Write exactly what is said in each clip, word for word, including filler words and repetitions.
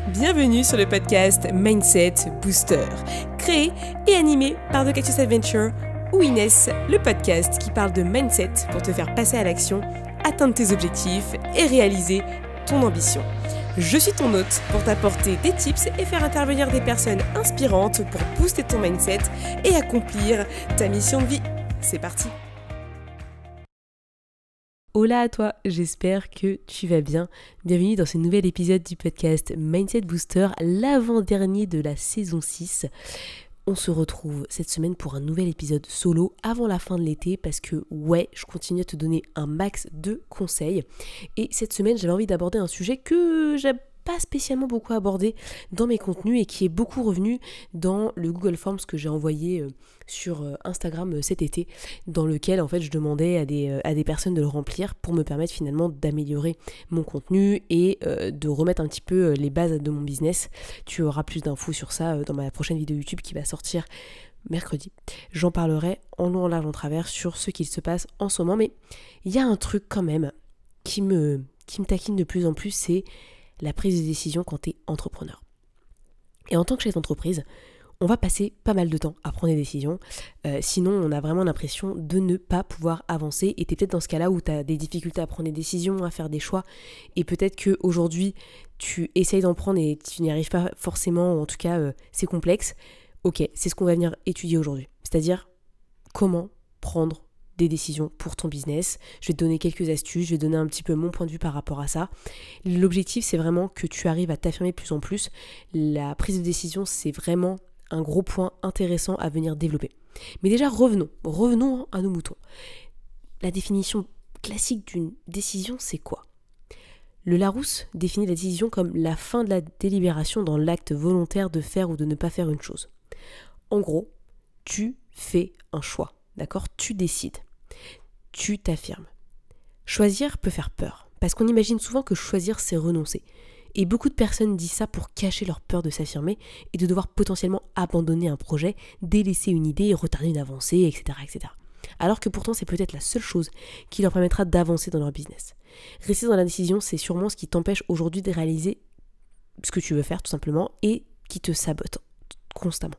Bienvenue sur le podcast Mindset Booster, créé et animé par The Cactus Adventure ou Inès, le podcast qui parle de mindset pour te faire passer à l'action, atteindre tes objectifs et réaliser ton ambition. Je suis ton hôte pour t'apporter des tips et faire intervenir des personnes inspirantes pour booster ton mindset et accomplir ta mission de vie. C'est parti! Hola à toi, j'espère que tu vas bien. Bienvenue dans ce nouvel épisode du podcast Mindset Booster, l'avant-dernier de la saison six. On se retrouve cette semaine pour un nouvel épisode solo avant la fin de l'été parce que ouais, je continue à te donner un max de conseils. Et cette semaine, j'avais envie d'aborder un sujet que j'aime pas spécialement beaucoup abordé dans mes contenus et qui est beaucoup revenu dans le Google Forms que j'ai envoyé sur Instagram cet été, dans lequel en fait je demandais à des, à des personnes de le remplir pour me permettre finalement d'améliorer mon contenu et euh, de remettre un petit peu les bases de mon business. Tu auras plus d'infos sur ça dans ma prochaine vidéo YouTube qui va sortir mercredi. J'en parlerai en long, en large, en travers sur ce qu'il se passe en ce moment, mais il y a un truc quand même qui me, qui me taquine de plus en plus, c'est la prise de décision quand tu es entrepreneur. Et en tant que chef d'entreprise, on va passer pas mal de temps à prendre des décisions, euh, sinon on a vraiment l'impression de ne pas pouvoir avancer, et tu es peut-être dans ce cas-là où tu as des difficultés à prendre des décisions, à faire des choix, et peut-être qu'aujourd'hui tu essayes d'en prendre et tu n'y arrives pas forcément, ou en tout cas euh, c'est complexe. Ok, c'est ce qu'on va venir étudier aujourd'hui, c'est-à-dire comment prendre des décisions pour ton business. Je vais te donner quelques astuces, je vais te donner un petit peu mon point de vue par rapport à ça. L'objectif, c'est vraiment que tu arrives à t'affirmer plus en plus. La prise de décision, c'est vraiment un gros point intéressant à venir développer. Mais déjà, revenons, revenons à nos moutons. La définition classique d'une décision, c'est quoi ? Le Larousse définit la décision comme la fin de la délibération dans l'acte volontaire de faire ou de ne pas faire une chose. En gros, tu fais un choix, d'accord ? Tu décides. Tu t'affirmes. Choisir peut faire peur, parce qu'on imagine souvent que choisir, c'est renoncer. Et beaucoup de personnes disent ça pour cacher leur peur de s'affirmer et de devoir potentiellement abandonner un projet, délaisser une idée et retarder une avancée, et cetera, et cetera. Alors que pourtant, c'est peut-être la seule chose qui leur permettra d'avancer dans leur business. Rester dans la décision, c'est sûrement ce qui t'empêche aujourd'hui de réaliser ce que tu veux faire, tout simplement, et qui te sabote constamment.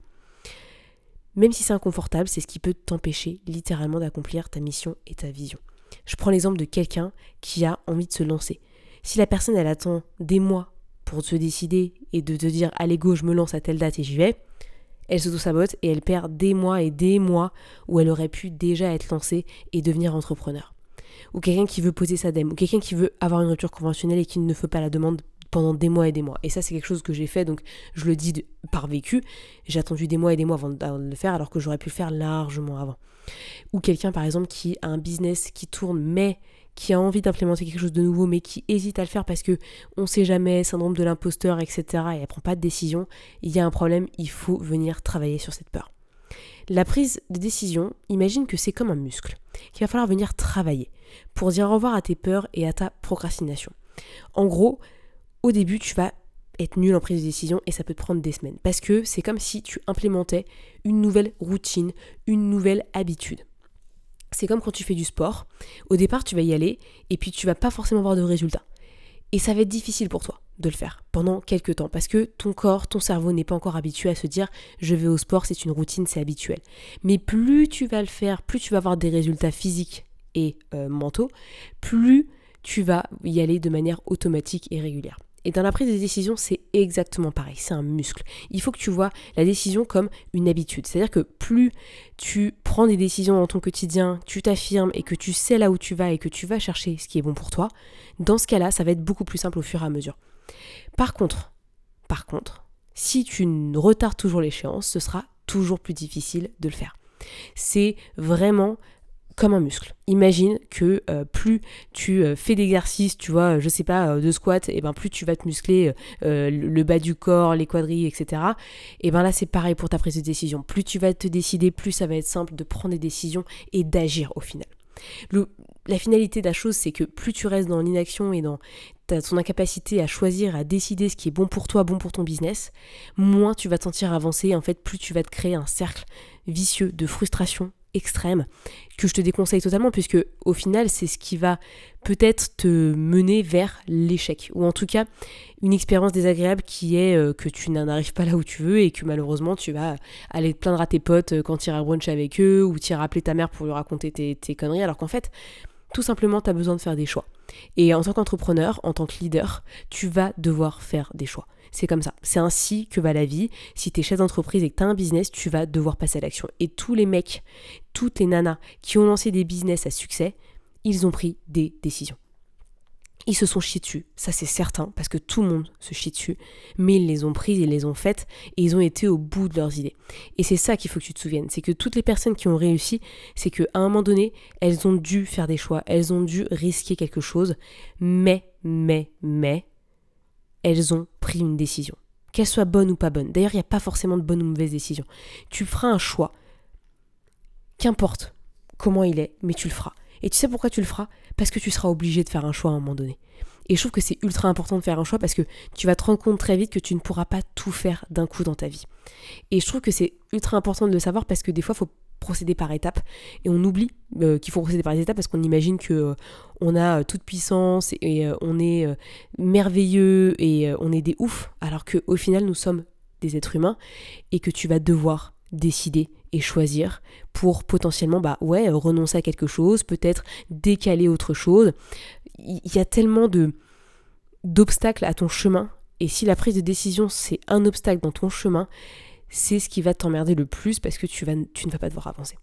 Même si c'est inconfortable, c'est ce qui peut t'empêcher littéralement d'accomplir ta mission et ta vision. Je prends l'exemple de quelqu'un qui a envie de se lancer. Si la personne, elle attend des mois pour se décider et de te dire « allez go, je me lance à telle date et j'y vais », elle s'auto-sabote et elle perd des mois et des mois où elle aurait pu déjà être lancée et devenir entrepreneur. Ou quelqu'un qui veut poser sa dème, ou quelqu'un qui veut avoir une rupture conventionnelle et qui ne fait pas la demande pendant des mois et des mois. Et ça, c'est quelque chose que j'ai fait, donc je le dis de, par vécu. J'ai attendu des mois et des mois avant de, avant de le faire, alors que j'aurais pu le faire largement avant. Ou quelqu'un, par exemple, qui a un business qui tourne, mais qui a envie d'implémenter quelque chose de nouveau, mais qui hésite à le faire parce que on sait jamais, syndrome de l'imposteur, et cetera, et elle prend pas de décision. Il y a un problème, il faut venir travailler sur cette peur. La prise de décision, imagine que c'est comme un muscle qu'il va falloir venir travailler pour dire au revoir à tes peurs et à ta procrastination. En gros, au début, tu vas être nul en prise de décision et ça peut te prendre des semaines. Parce que c'est comme si tu implémentais une nouvelle routine, une nouvelle habitude. C'est comme quand tu fais du sport. Au départ, tu vas y aller et puis tu vas pas forcément avoir de résultats. Et ça va être difficile pour toi de le faire pendant quelques temps parce que ton corps, ton cerveau n'est pas encore habitué à se dire « je vais au sport, c'est une routine, c'est habituel ». Mais plus tu vas le faire, plus tu vas avoir des résultats physiques et euh, mentaux, plus tu vas y aller de manière automatique et régulière. Et dans la prise de décision, c'est exactement pareil, c'est un muscle. Il faut que tu vois la décision comme une habitude. C'est-à-dire que plus tu prends des décisions dans ton quotidien, tu t'affirmes et que tu sais là où tu vas et que tu vas chercher ce qui est bon pour toi, dans ce cas-là, ça va être beaucoup plus simple au fur et à mesure. Par contre, par contre, si tu retardes toujours l'échéance, ce sera toujours plus difficile de le faire. C'est vraiment comme un muscle. Imagine que euh, plus tu euh, fais d'exercices, tu vois, je sais pas, euh, de squat, et ben plus tu vas te muscler euh, le bas du corps, les quadrilles, et cetera. Et ben là, c'est pareil pour ta prise de décision. Plus tu vas te décider, plus ça va être simple de prendre des décisions et d'agir au final. Le, la finalité de la chose, c'est que plus tu restes dans l'inaction et dans ta, ton incapacité à choisir, à décider ce qui est bon pour toi, bon pour ton business, moins tu vas te sentir avancer. En fait, plus tu vas te créer un cercle vicieux de frustration extrême que je te déconseille totalement, puisque au final c'est ce qui va peut-être te mener vers l'échec, ou en tout cas une expérience désagréable qui est euh, que tu n'arrives pas là où tu veux et que malheureusement tu vas aller te plaindre à tes potes quand tu iras brunch avec eux, ou tu iras appeler ta mère pour lui raconter tes, tes conneries, alors qu'en fait tout simplement tu as besoin de faire des choix. Et en tant qu'entrepreneur, en tant que leader, tu vas devoir faire des choix. C'est comme ça, c'est ainsi que va la vie. Si t'es chef d'entreprise et que t'as un business, tu vas devoir passer à l'action. Et tous les mecs, toutes les nanas qui ont lancé des business à succès, ils ont pris des décisions. Ils se sont chiés dessus, ça c'est certain, parce que tout le monde se chie dessus, mais ils les ont prises, ils les ont faites, et ils ont été au bout de leurs idées. Et c'est ça qu'il faut que tu te souviennes, c'est que toutes les personnes qui ont réussi, c'est qu'à un moment donné, elles ont dû faire des choix, elles ont dû risquer quelque chose, mais, mais, mais, elles ont pris une décision. Qu'elle soit bonne ou pas bonne. D'ailleurs, il n'y a pas forcément de bonne ou mauvaise décision. Tu feras un choix. Qu'importe comment il est, mais tu le feras. Et tu sais pourquoi tu le feras ? Parce que tu seras obligé de faire un choix à un moment donné. Et je trouve que c'est ultra important de faire un choix parce que tu vas te rendre compte très vite que tu ne pourras pas tout faire d'un coup dans ta vie. Et je trouve que c'est ultra important de le savoir parce que des fois, il faut procéder par étapes et on oublie euh, qu'il faut procéder par étapes parce qu'on imagine que euh, on a euh, toute puissance et euh, on est euh, merveilleux et euh, on est des oufs, alors qu'au final nous sommes des êtres humains et que tu vas devoir décider et choisir pour potentiellement bah ouais renoncer à quelque chose, peut-être décaler autre chose. Il y a tellement de d'obstacles à ton chemin, et si la prise de décision c'est un obstacle dans ton chemin, c'est ce qui va t'emmerder le plus parce que tu, vas, tu ne vas pas devoir avancer.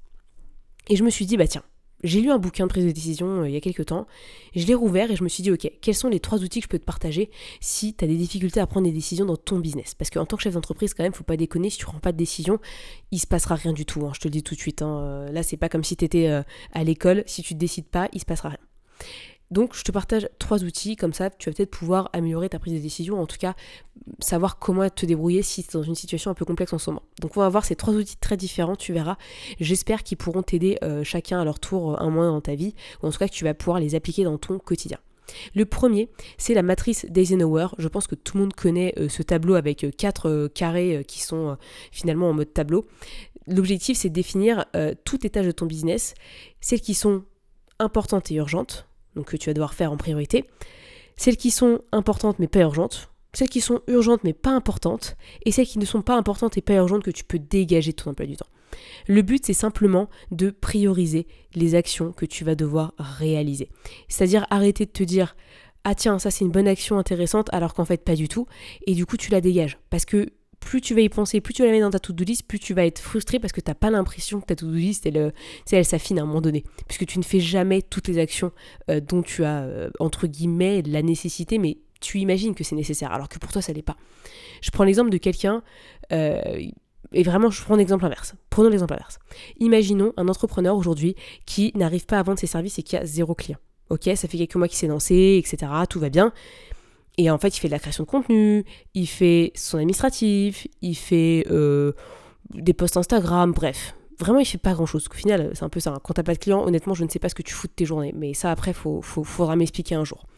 Et je me suis dit, bah tiens, j'ai lu un bouquin de prise de décision euh, il y a quelques temps, je l'ai rouvert et je me suis dit, ok, quels sont les trois outils que je peux te partager si tu as des difficultés à prendre des décisions dans ton business ? Parce qu'en tant que chef d'entreprise, quand même, faut pas déconner, si tu prends pas de décision, il se passera rien du tout, hein, je te le dis tout de suite. Hein, là, c'est pas comme si tu étais euh, à l'école, si tu ne décides pas, il se passera rien. Donc, je te partage trois outils, comme ça, tu vas peut-être pouvoir améliorer ta prise de décision, en tout cas, savoir comment te débrouiller si tu es dans une situation un peu complexe en ce moment. Donc, on va voir ces trois outils très différents, tu verras. J'espère qu'ils pourront t'aider euh, chacun à leur tour un mois dans ta vie, ou en tout cas que tu vas pouvoir les appliquer dans ton quotidien. Le premier, c'est la matrice d'Eisenhower. Je pense que tout le monde connaît euh, ce tableau avec euh, quatre euh, carrés euh, qui sont euh, finalement en mode tableau. L'objectif, c'est de définir euh, toutes les tâches de ton business, celles qui sont importantes et urgentes, donc que tu vas devoir faire en priorité, celles qui sont importantes mais pas urgentes, celles qui sont urgentes mais pas importantes, et celles qui ne sont pas importantes et pas urgentes que tu peux dégager de ton emploi du temps. Le but, c'est simplement de prioriser les actions que tu vas devoir réaliser. C'est-à-dire arrêter de te dire « Ah tiens, ça c'est une bonne action intéressante » alors qu'en fait pas du tout, et du coup tu la dégages. Parce que plus tu vas y penser, plus tu vas la mettre dans ta to-do list, plus tu vas être frustré parce que tu n'as pas l'impression que ta to-do list, elle, elle s'affine à un moment donné. Puisque tu ne fais jamais toutes les actions euh, dont tu as, euh, entre guillemets, la nécessité, mais tu imagines que c'est nécessaire, alors que pour toi, ça ne l'est pas. Je prends l'exemple de quelqu'un, euh, et vraiment, je prends l'exemple inverse. Prenons l'exemple inverse. Imaginons un entrepreneur aujourd'hui qui n'arrive pas à vendre ses services et qui a zéro client. Ok, ça fait quelques mois qu'il s'est lancé, et cetera, tout va bien. Et en fait, il fait de la création de contenu, il fait son administratif, il fait euh, des posts Instagram, bref. Vraiment, il fait pas grand-chose. Au final, c'est un peu ça. Quand t'as pas de clients, honnêtement, je ne sais pas ce que tu fous de tes journées. Mais ça, après, faut, faut, faudra m'expliquer un jour.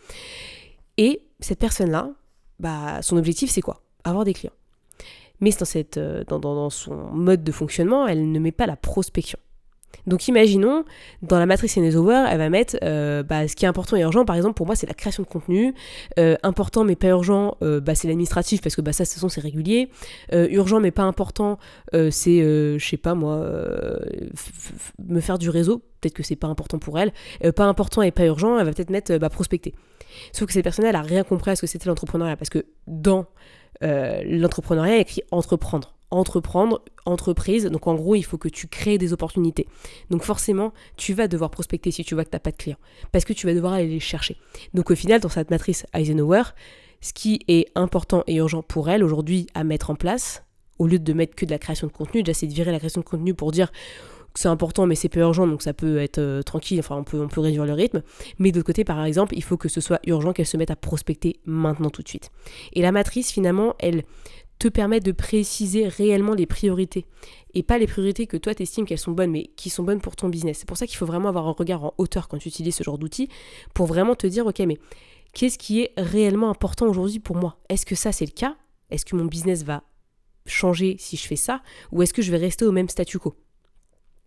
Et cette personne-là, bah, son objectif, c'est quoi ? Avoir des clients. Mais dans, cette, dans, dans, dans son mode de fonctionnement, elle ne met pas la prospection. Donc imaginons, dans la matrice Eisenhower, elle va mettre euh, bah, ce qui est important et urgent, par exemple pour moi c'est la création de contenu, euh, important mais pas urgent, euh, bah, c'est l'administratif parce que bah, ça de toute façon c'est régulier, euh, urgent mais pas important, euh, c'est, euh, je sais pas moi, euh, f- f- me faire du réseau, peut-être que c'est pas important pour elle, euh, pas important et pas urgent, elle va peut-être mettre euh, bah, prospecter. Sauf que cette personne elle a rien compris à ce que c'était l'entrepreneuriat, parce que dans euh, l'entrepreneuriat il y a écrit entreprendre. Entreprendre, entreprise, donc en gros il faut que tu crées des opportunités. Donc forcément tu vas devoir prospecter si tu vois que tu n'as pas de clients, parce que tu vas devoir aller les chercher. Donc au final dans cette matrice Eisenhower, ce qui est important et urgent pour elle aujourd'hui à mettre en place, au lieu de mettre que de la création de contenu, déjà c'est de virer la création de contenu pour dire que c'est important mais c'est peu urgent, donc ça peut être euh, tranquille, enfin on peut, on peut réduire le rythme, mais d'autre côté par exemple il faut que ce soit urgent qu'elle se mette à prospecter maintenant tout de suite. Et la matrice finalement elle te permet de préciser réellement les priorités. Et pas les priorités que toi t'estimes qu'elles sont bonnes, mais qui sont bonnes pour ton business. C'est pour ça qu'il faut vraiment avoir un regard en hauteur quand tu utilises ce genre d'outils, pour vraiment te dire, ok, mais qu'est-ce qui est réellement important aujourd'hui pour moi ? Est-ce que ça c'est le cas ? Est-ce que mon business va changer si je fais ça ? Ou est-ce que je vais rester au même statu quo ?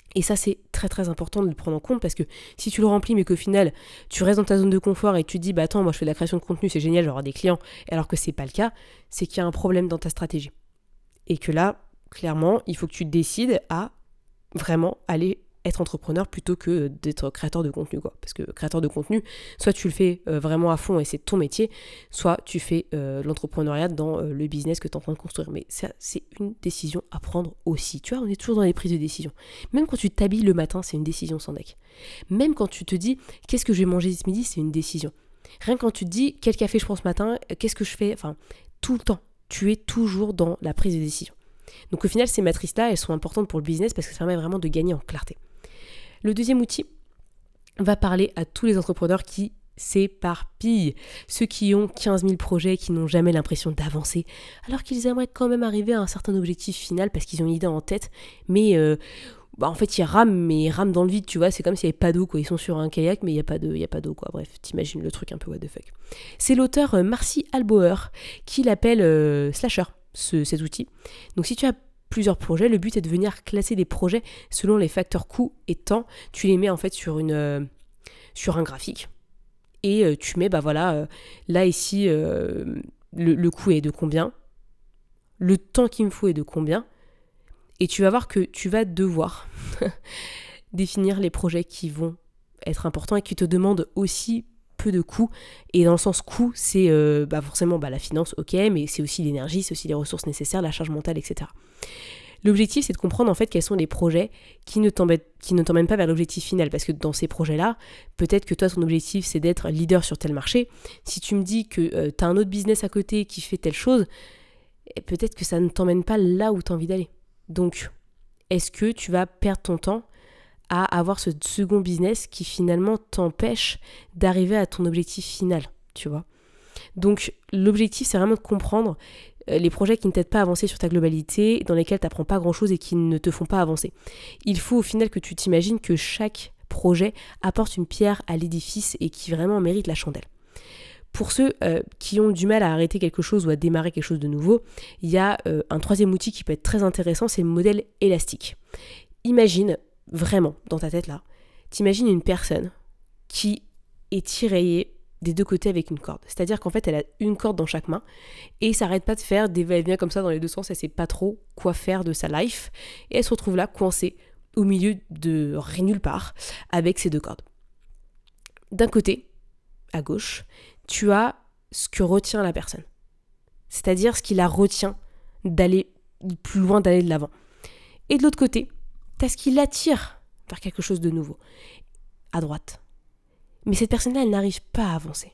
Et ça, c'est très très important de le prendre en compte parce que si tu le remplis mais qu'au final, tu restes dans ta zone de confort et tu te dis, bah attends, moi je fais de la création de contenu, c'est génial, j'aurai des clients, alors que c'est pas le cas, c'est qu'il y a un problème dans ta stratégie. Et que là, clairement, il faut que tu te décides à vraiment aller être entrepreneur plutôt que d'être créateur de contenu, quoi. Parce que créateur de contenu, soit tu le fais euh, vraiment à fond et c'est ton métier, soit tu fais euh, l'entrepreneuriat dans euh, le business que tu es en train de construire. Mais ça, c'est une décision à prendre aussi. Tu vois, on est toujours dans les prises de décision. Même quand tu t'habilles le matin, c'est une décision sans deck. Même quand tu te dis, qu'est-ce que je vais manger ce midi, c'est une décision. Rien que quand tu te dis, quel café je prends ce matin, qu'est-ce que je fais, enfin, tout le temps, tu es toujours dans la prise de décision. Donc au final, ces matrices-là, elles sont importantes pour le business parce que ça permet vraiment de gagner en clarté. Le deuxième outil va parler à tous les entrepreneurs qui s'éparpillent, ceux qui ont quinze mille projets, qui n'ont jamais l'impression d'avancer, alors qu'ils aimeraient quand même arriver à un certain objectif final parce qu'ils ont une idée en tête, mais euh, bah en fait ils rament, mais ils rament dans le vide, tu vois, c'est comme s'il n'y avait pas d'eau, quoi. Ils sont sur un kayak, mais il n'y a pas de, il y a pas d'eau, quoi. Bref, t'imagines le truc un peu what the fuck. C'est l'auteur euh, Marcy Albauer qui l'appelle euh, Slasher, ce, cet outil. Donc si tu as plusieurs projets, le but est de venir classer des projets selon les facteurs coût et temps. Tu les mets en fait sur une euh, sur un graphique et euh, tu mets bah voilà euh, là ici euh, le, le coût est de combien, le temps qu'il me faut est de combien, et tu vas voir que tu vas devoir définir les projets qui vont être importants et qui te demandent aussi peu de coûts. Et dans le sens coût, c'est euh, bah forcément bah, la finance, ok, mais c'est aussi l'énergie, c'est aussi les ressources nécessaires, la charge mentale, et cetera. L'objectif, c'est de comprendre en fait quels sont les projets qui ne qui ne t'emmènent pas vers l'objectif final, parce que dans ces projets-là, peut-être que toi, ton objectif, c'est d'être leader sur tel marché. Si tu me dis que euh, tu as un autre business à côté qui fait telle chose, peut-être que ça ne t'emmène pas là où tu as envie d'aller. Donc, est-ce que tu vas perdre ton temps à avoir ce second business qui finalement t'empêche d'arriver à ton objectif final, tu vois? Donc, l'objectif, c'est vraiment de comprendre les projets qui ne t'aident pas à avancer sur ta globalité, dans lesquels tu n'apprends pas grand-chose et qui ne te font pas avancer. Il faut au final que tu t'imagines que chaque projet apporte une pierre à l'édifice et qui vraiment mérite la chandelle. Pour ceux euh, qui ont du mal à arrêter quelque chose ou à démarrer quelque chose de nouveau, il y a euh, un troisième outil qui peut être très intéressant, c'est le modèle élastique. Imagine, vraiment, dans ta tête là, t'imagines une personne qui est tiraillée des deux côtés avec une corde. C'est-à-dire qu'en fait, elle a une corde dans chaque main et ça n'arrête pas de faire des va-et-vient comme ça dans les deux sens. Elle ne sait pas trop quoi faire de sa life et elle se retrouve là coincée au milieu de rien nulle part avec ces deux cordes. D'un côté, à gauche, tu as ce que retient la personne. C'est-à-dire ce qui la retient d'aller plus loin, d'aller de l'avant. Et de l'autre côté, tu as ce qui l'attire vers quelque chose de nouveau, à droite. Mais cette personne-là, elle n'arrive pas à avancer.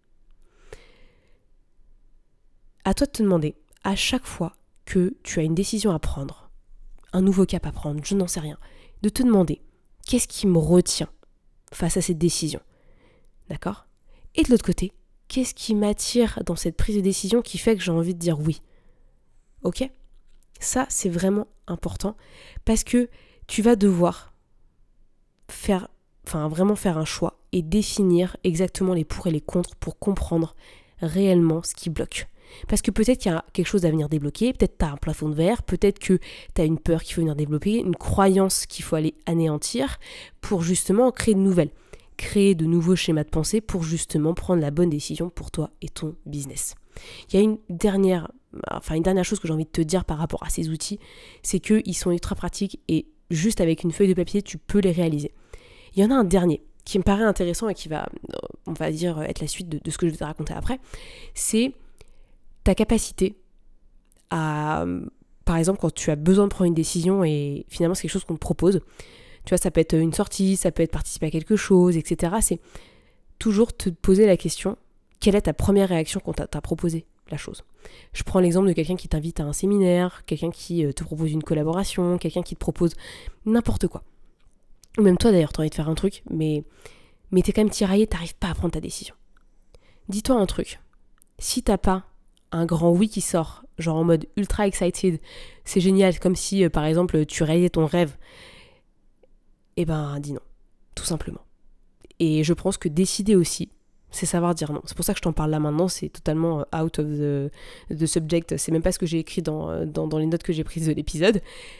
À toi de te demander, à chaque fois que tu as une décision à prendre, un nouveau cap à prendre, je n'en sais rien, de te demander, qu'est-ce qui me retient face à cette décision? D'accord? Et de l'autre côté, qu'est-ce qui m'attire dans cette prise de décision qui fait que j'ai envie de dire oui? Ok? Ça, c'est vraiment important parce que tu vas devoir faire, enfin vraiment faire un choix et définir exactement les pour et les contre pour comprendre réellement ce qui bloque. Parce que peut-être qu'il y a quelque chose à venir débloquer, peut-être tu as un plafond de verre, peut-être que tu as une peur qu'il faut venir développer, une croyance qu'il faut aller anéantir pour justement créer de nouvelles, créer de nouveaux schémas de pensée pour justement prendre la bonne décision pour toi et ton business. Il y a une dernière, enfin une dernière chose que j'ai envie de te dire par rapport à ces outils, c'est qu'ils sont ultra pratiques et juste avec une feuille de papier, tu peux les réaliser. Il y en a un dernier qui me paraît intéressant et qui va, on va dire, être la suite de, de ce que je vais te raconter après, c'est ta capacité à, par exemple, quand tu as besoin de prendre une décision et finalement c'est quelque chose qu'on te propose, tu vois, ça peut être une sortie, ça peut être participer à quelque chose, et cetera. C'est toujours te poser la question, quelle est ta première réaction quand t'as, t'as proposé la chose? Je prends l'exemple de quelqu'un qui t'invite à un séminaire, quelqu'un qui te propose une collaboration, quelqu'un qui te propose n'importe quoi. Ou même toi d'ailleurs, t'as envie de faire un truc, mais, mais t'es quand même tiraillé, t'arrives pas à prendre ta décision. Dis-toi un truc, si t'as pas un grand oui qui sort, genre en mode ultra excited, c'est génial, comme si euh, par exemple tu réalisais ton rêve, eh ben dis non, tout simplement. Et je pense que décider aussi, c'est savoir dire non. C'est pour ça que je t'en parle là maintenant, c'est totalement out of the, the subject, c'est même pas ce que j'ai écrit dans, dans, dans les notes que j'ai prises de l'épisode.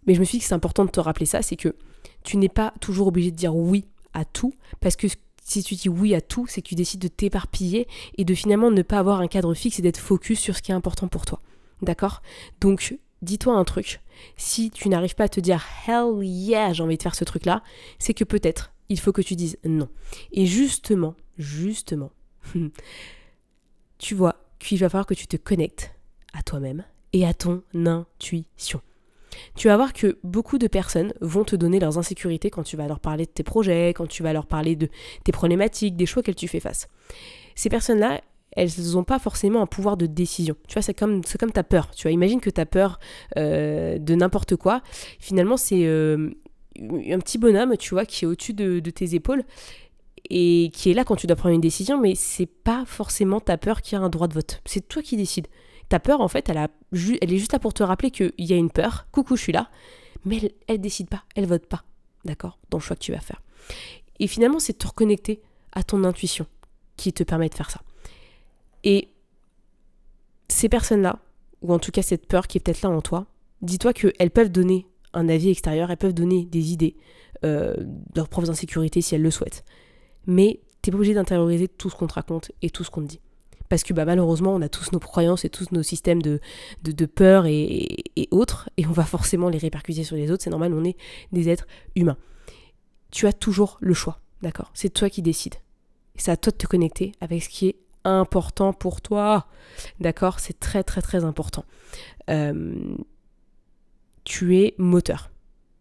Mais je me suis dit que c'est important de te rappeler ça, c'est que tu n'es pas toujours obligé de dire oui à tout, parce que si tu dis oui à tout, c'est que tu décides de t'éparpiller et de finalement ne pas avoir un cadre fixe et d'être focus sur ce qui est important pour toi. D'accord ? Donc, dis-toi un truc. Si tu n'arrives pas à te dire « Hell yeah, j'ai envie de faire ce truc-là », c'est que peut-être, il faut que tu dises non. Et justement, justement, tu vois qu'il va falloir que tu te connectes à toi-même et à ton intuition. Tu vas voir que beaucoup de personnes vont te donner leurs insécurités quand tu vas leur parler de tes projets, quand tu vas leur parler de tes problématiques, des choix auxquels tu fais face. Ces personnes-là, elles n'ont pas forcément un pouvoir de décision. Tu vois, c'est comme, c'est comme ta peur. Tu vois, imagine que tu as peur euh, de n'importe quoi. Finalement, c'est euh, un petit bonhomme, tu vois, qui est au-dessus de, de tes épaules et qui est là quand tu dois prendre une décision, mais c'est pas forcément ta peur qui a un droit de vote. C'est toi qui décides. Ta peur, en fait, elle, a, elle est juste là pour te rappeler qu'il y a une peur. Coucou, je suis là. Mais elle, elle décide pas, elle vote pas. D'accord ? Dans le choix que tu vas faire. Et finalement, c'est de te reconnecter à ton intuition qui te permet de faire ça. Et ces personnes-là, ou en tout cas cette peur qui est peut-être là en toi, dis-toi qu'elles peuvent donner un avis extérieur, elles peuvent donner des idées, euh, leurs propres insécurités si elles le souhaitent. Mais t'es pas obligé d'intérioriser tout ce qu'on te raconte et tout ce qu'on te dit. Parce que bah, malheureusement, on a tous nos croyances et tous nos systèmes de, de, de peur et, et, et autres, et on va forcément les répercuter sur les autres, c'est normal, on est des êtres humains. Tu as toujours le choix, d'accord ? C'est toi qui décides. Et c'est à toi de te connecter avec ce qui est important pour toi, d'accord ? C'est très très très important. Euh, tu es moteur, d'accord ?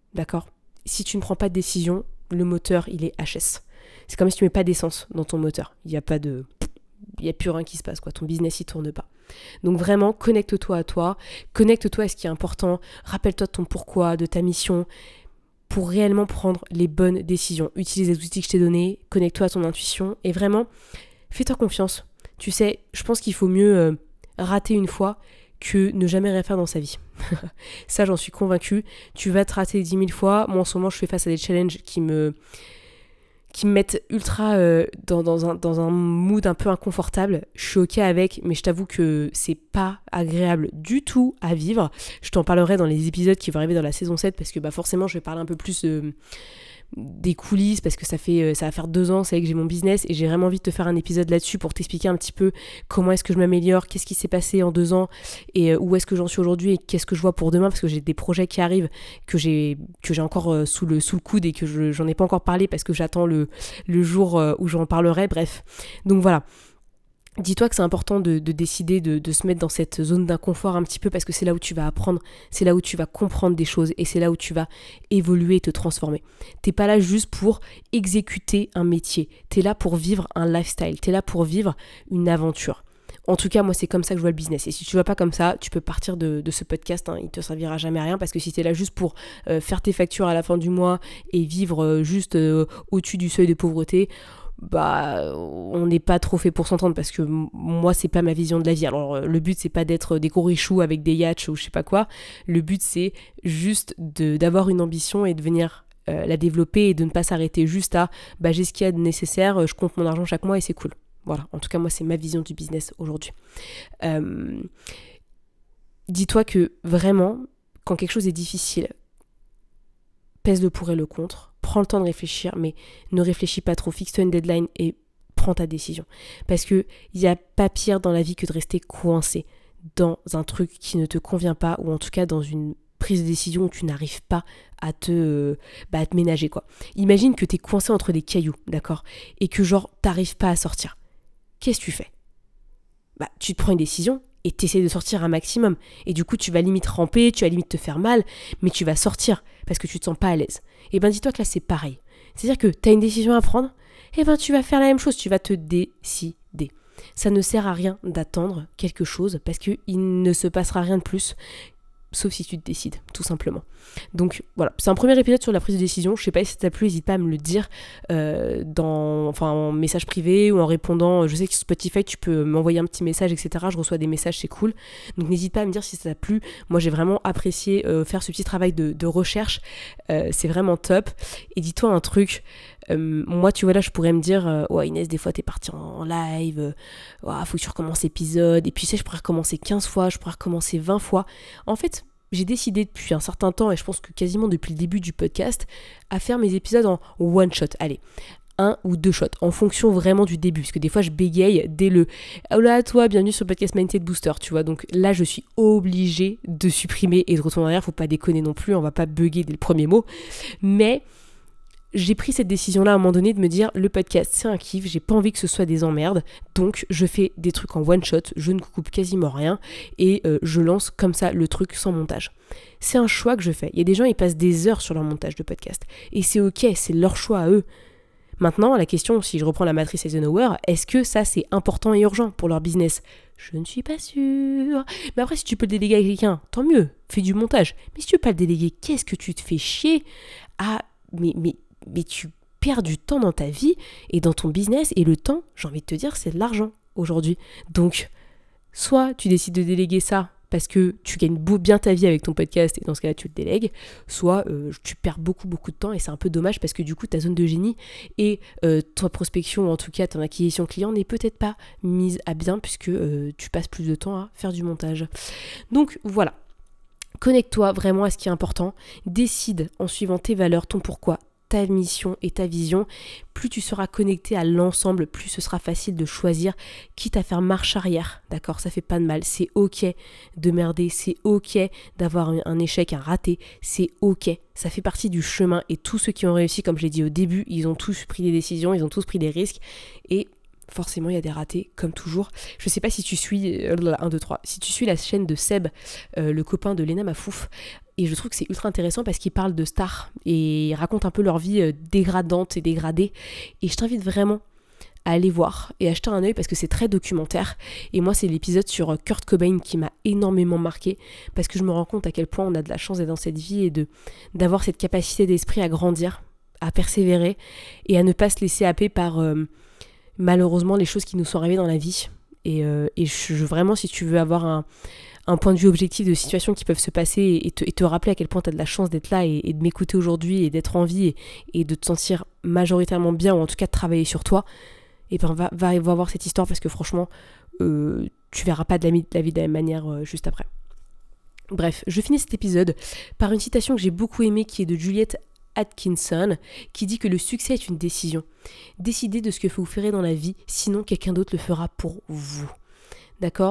Si tu ne prends pas de décision, le moteur, il est H S. C'est comme si tu mets pas d'essence dans ton moteur. Il n'y a pas de... Il n'y a plus rien qui se passe, quoi. Ton business, il tourne pas. Donc vraiment, connecte-toi à toi, connecte-toi à ce qui est important, rappelle-toi de ton pourquoi, de ta mission, pour réellement prendre les bonnes décisions. Utilise les outils que je t'ai donnés, connecte-toi à ton intuition, et vraiment, fais-toi confiance. Tu sais, je pense qu'il faut mieux euh, rater une fois que ne jamais rien faire dans sa vie. Ça, j'en suis convaincue. Tu vas te rater dix mille fois. Moi, en ce moment, je fais face à des challenges qui me... qui me mettent ultra euh, dans, dans, un, dans un mood un peu inconfortable. Je suis ok avec, mais je t'avoue que c'est pas agréable du tout à vivre. Je t'en parlerai dans les épisodes qui vont arriver dans la saison sept, parce que bah, forcément, je vais parler un peu plus euh, des coulisses, parce que ça, fait, ça va faire deux ans, c'est vrai que j'ai mon business, et j'ai vraiment envie de te faire un épisode là-dessus pour t'expliquer un petit peu comment est-ce que je m'améliore, qu'est-ce qui s'est passé en deux ans, et euh, où est-ce que j'en suis aujourd'hui, et qu'est-ce que je vois pour demain, parce que j'ai des projets qui arrivent, que j'ai, que j'ai encore euh, sous, le, sous le coude, et que je, j'en ai pas encore parlé, parce que j'attends le, le jour euh, où j'en parlerai, bref. Donc voilà. Dis-toi que c'est important de, de décider de, de se mettre dans cette zone d'inconfort un petit peu, parce que c'est là où tu vas apprendre, c'est là où tu vas comprendre des choses, et c'est là où tu vas évoluer et te transformer. T'es pas là juste pour exécuter un métier, t'es là pour vivre un lifestyle, t'es là pour vivre une aventure. En tout cas, moi, c'est comme ça que je vois le business. Et si tu vois pas comme ça, tu peux partir de, de ce podcast, hein, il te servira jamais à rien, parce que si t'es là juste pour euh, faire tes factures à la fin du mois et vivre euh, juste euh, au-dessus du seuil de pauvreté, bah on n'est pas trop fait pour s'entendre, parce que m- moi c'est pas ma vision de la vie. Alors le but c'est pas d'être des gros richoux avec des yachts ou je sais pas quoi, le but c'est juste de, d'avoir une ambition et de venir euh, la développer, et de ne pas s'arrêter juste à bah j'ai ce qu'il y a de nécessaire, je compte mon argent chaque mois et c'est cool. Voilà, en tout cas moi c'est ma vision du business aujourd'hui. Euh, dis-toi que vraiment, quand quelque chose est difficile, pèse le pour et le contre, prends le temps de réfléchir, mais ne réfléchis pas trop, fixe-toi une deadline et prends ta décision. Parce que il n'y a pas pire dans la vie que de rester coincé dans un truc qui ne te convient pas, ou en tout cas dans une prise de décision où tu n'arrives pas à te, euh, bah, à te ménager, quoi. Imagine que t'es coincé entre des cailloux, d'accord, et que genre t'arrives pas à sortir. Qu'est-ce que tu fais ? Bah tu te prends une décision et t'essayes de sortir un maximum. Et du coup, tu vas limite ramper, tu vas limite te faire mal, mais tu vas sortir parce que tu te sens pas à l'aise. Et ben dis-toi que là, c'est pareil. C'est-à-dire que t'as une décision à prendre, et ben tu vas faire la même chose, tu vas te décider. Ça ne sert à rien d'attendre quelque chose, parce qu'il ne se passera rien de plus, sauf si tu te décides, tout simplement. Donc voilà, c'est un premier épisode sur la prise de décision. Je sais pas si ça t'a plu, n'hésite pas à me le dire euh, dans, enfin, en message privé ou en répondant. Je sais que sur Spotify tu peux m'envoyer un petit message, et cetera. Je reçois des messages, c'est cool. Donc n'hésite pas à me dire si ça t'a plu. Moi j'ai vraiment apprécié euh, faire ce petit travail de, de recherche. Euh, c'est vraiment top. Et dis-toi un truc. Euh, moi tu vois là je pourrais me dire euh, ouais Inès, des fois t'es partie en live, euh, ouais, faut que tu recommences l'épisode, et puis tu sais je pourrais recommencer quinze fois, je pourrais recommencer vingt fois. En fait j'ai décidé depuis un certain temps, et je pense que quasiment depuis le début du podcast, à faire mes épisodes en one shot. Allez, un ou deux shots, en fonction vraiment du début, parce que des fois je bégaye dès le « Oh là, toi, bienvenue sur le podcast Mindset Booster », tu vois, donc là je suis obligée de supprimer et de retourner en arrière, faut pas déconner non plus, on va pas bugger dès le premier mot, mais j'ai pris cette décision-là à un moment donné de me dire le podcast c'est un kiff, j'ai pas envie que ce soit des emmerdes, donc je fais des trucs en one shot, je ne coupe quasiment rien et euh, je lance comme ça le truc sans montage. C'est un choix que je fais. Il y a des gens, ils passent des heures sur leur montage de podcast et c'est ok, c'est leur choix à eux. Maintenant, la question, si je reprends la matrice Eisenhower, est-ce que ça c'est important et urgent pour leur business ? Je ne suis pas sûre. Mais après, si tu peux le déléguer à quelqu'un, tant mieux, fais du montage. Mais si tu peux pas le déléguer, qu'est-ce que tu te fais chier à... Mais, mais, mais tu perds du temps dans ta vie et dans ton business, et le temps, j'ai envie de te dire, c'est de l'argent aujourd'hui. Donc, soit tu décides de déléguer ça parce que tu gagnes bien ta vie avec ton podcast et dans ce cas-là tu le délègues, soit euh, tu perds beaucoup beaucoup de temps et c'est un peu dommage parce que du coup ta zone de génie et euh, ta prospection, ou en tout cas ton acquisition client n'est peut-être pas mise à bien puisque euh, tu passes plus de temps à faire du montage. Donc voilà, connecte-toi vraiment à ce qui est important, décide en suivant tes valeurs, ton pourquoi, ta mission et ta vision. Plus tu seras connecté à l'ensemble, plus ce sera facile de choisir, quitte à faire marche arrière, d'accord, ça fait pas de mal, c'est ok de merder, c'est ok d'avoir un échec, un raté, c'est ok, ça fait partie du chemin, et tous ceux qui ont réussi, comme je l'ai dit au début, ils ont tous pris des décisions, ils ont tous pris des risques, et forcément il y a des ratés comme toujours. Je sais pas si tu suis euh, un, deux, trois, si tu suis la chaîne de Seb, euh, le copain de Lena Mafouf, et je trouve que c'est ultra intéressant parce qu'il parle de stars et il raconte un peu leur vie euh, dégradante et dégradée, et je t'invite vraiment à aller voir et à jeter un œil parce que c'est très documentaire. Et moi c'est l'épisode sur Kurt Cobain qui m'a énormément marqué parce que je me rends compte à quel point on a de la chance d'être dans cette vie et de, d'avoir cette capacité d'esprit à grandir, à persévérer et à ne pas se laisser happer par euh, malheureusement les choses qui nous sont arrivées dans la vie. Et, euh, et je, je, vraiment, si tu veux avoir un, un point de vue objectif de situations qui peuvent se passer et te, et te rappeler à quel point tu as de la chance d'être là et, et de m'écouter aujourd'hui et d'être en vie et, et de te sentir majoritairement bien, ou en tout cas de travailler sur toi, et ben va, va, va voir cette histoire parce que franchement, euh, tu verras pas de la, de la vie de la même manière euh, juste après. Bref, je finis cet épisode par une citation que j'ai beaucoup aimée qui est de Juliette Atkinson, qui dit que le succès est une décision. Décidez de ce que vous ferez dans la vie, sinon quelqu'un d'autre le fera pour vous. D'accord ?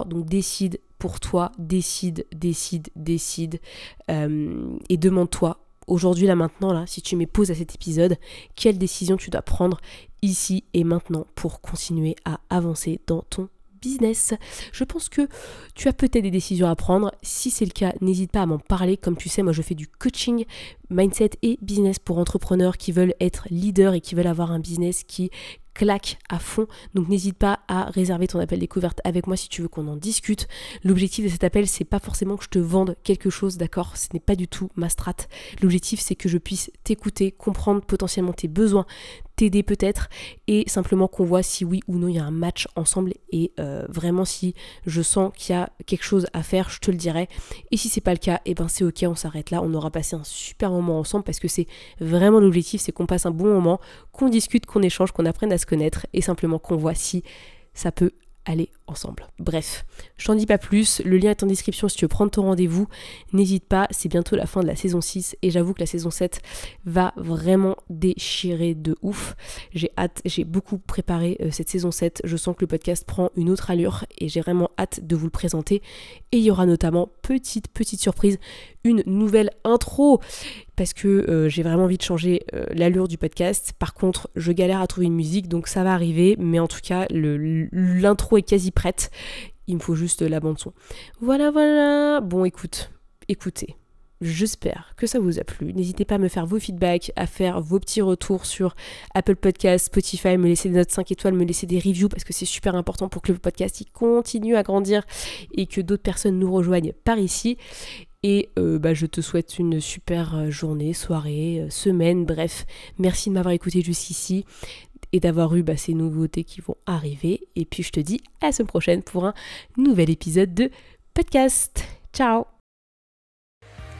Donc décide pour toi, décide, décide, décide, euh, et demande-toi, aujourd'hui, là, maintenant, là, si tu mets pause à cet épisode, quelle décision tu dois prendre ici et maintenant pour continuer à avancer dans ton business. Je pense que tu as peut-être des décisions à prendre. Si c'est le cas, n'hésite pas à m'en parler. Comme tu sais, moi je fais du coaching, mindset et business pour entrepreneurs qui veulent être leaders et qui veulent avoir un business qui claque à fond. Donc n'hésite pas à réserver ton appel découverte avec moi si tu veux qu'on en discute. L'objectif de cet appel, c'est pas forcément que je te vende quelque chose, d'accord ? Ce n'est pas du tout ma strat. L'objectif, c'est que je puisse t'écouter, comprendre potentiellement tes besoins, t'aider peut-être, et simplement qu'on voit si oui ou non il y a un match ensemble, et euh, vraiment si je sens qu'il y a quelque chose à faire, je te le dirai, et si c'est pas le cas, et eh ben c'est ok, on s'arrête là, on aura passé un super moment ensemble parce que c'est vraiment l'objectif, c'est qu'on passe un bon moment, qu'on discute, qu'on échange, qu'on apprenne à se connaître et simplement qu'on voit si ça peut aller ensemble. Bref, je t'en dis pas plus, le lien est en description si tu veux prendre ton rendez-vous, n'hésite pas, c'est bientôt la fin de la saison six et j'avoue que la saison sept va vraiment déchirer de ouf. J'ai hâte, j'ai beaucoup préparé euh, cette saison sept, je sens que le podcast prend une autre allure et j'ai vraiment hâte de vous le présenter, et il y aura notamment, petite petite surprise, une nouvelle intro parce que euh, j'ai vraiment envie de changer euh, l'allure du podcast. Par contre, je galère à trouver une musique, donc ça va arriver, mais en tout cas, le, l'intro est quasi prête. Il me faut juste la bande son. Voilà, voilà. Bon, écoute, écoutez. J'espère que ça vous a plu. N'hésitez pas à me faire vos feedbacks, à faire vos petits retours sur Apple Podcasts, Spotify, me laisser des notes cinq étoiles, me laisser des reviews parce que c'est super important pour que le podcast il continue à grandir et que d'autres personnes nous rejoignent par ici. Et euh, bah, je te souhaite une super journée, soirée, semaine, bref. Merci de m'avoir écouté jusqu'ici et d'avoir eu bah, ces nouveautés qui vont arriver. Et puis je te dis à la semaine prochaine pour un nouvel épisode de podcast. Ciao!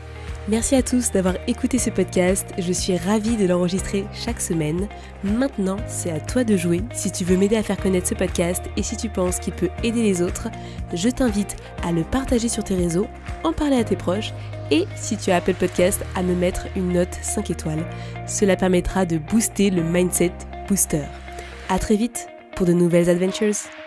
Merci à tous d'avoir écouté ce podcast, je suis ravie de l'enregistrer chaque semaine. Maintenant, c'est à toi de jouer. Si tu veux m'aider à faire connaître ce podcast et si tu penses qu'il peut aider les autres, je t'invite à le partager sur tes réseaux, en parler à tes proches et si tu as Apple Podcast, à me mettre une note cinq étoiles. Cela permettra de booster le Mindset Booster. À très vite pour de nouvelles adventures.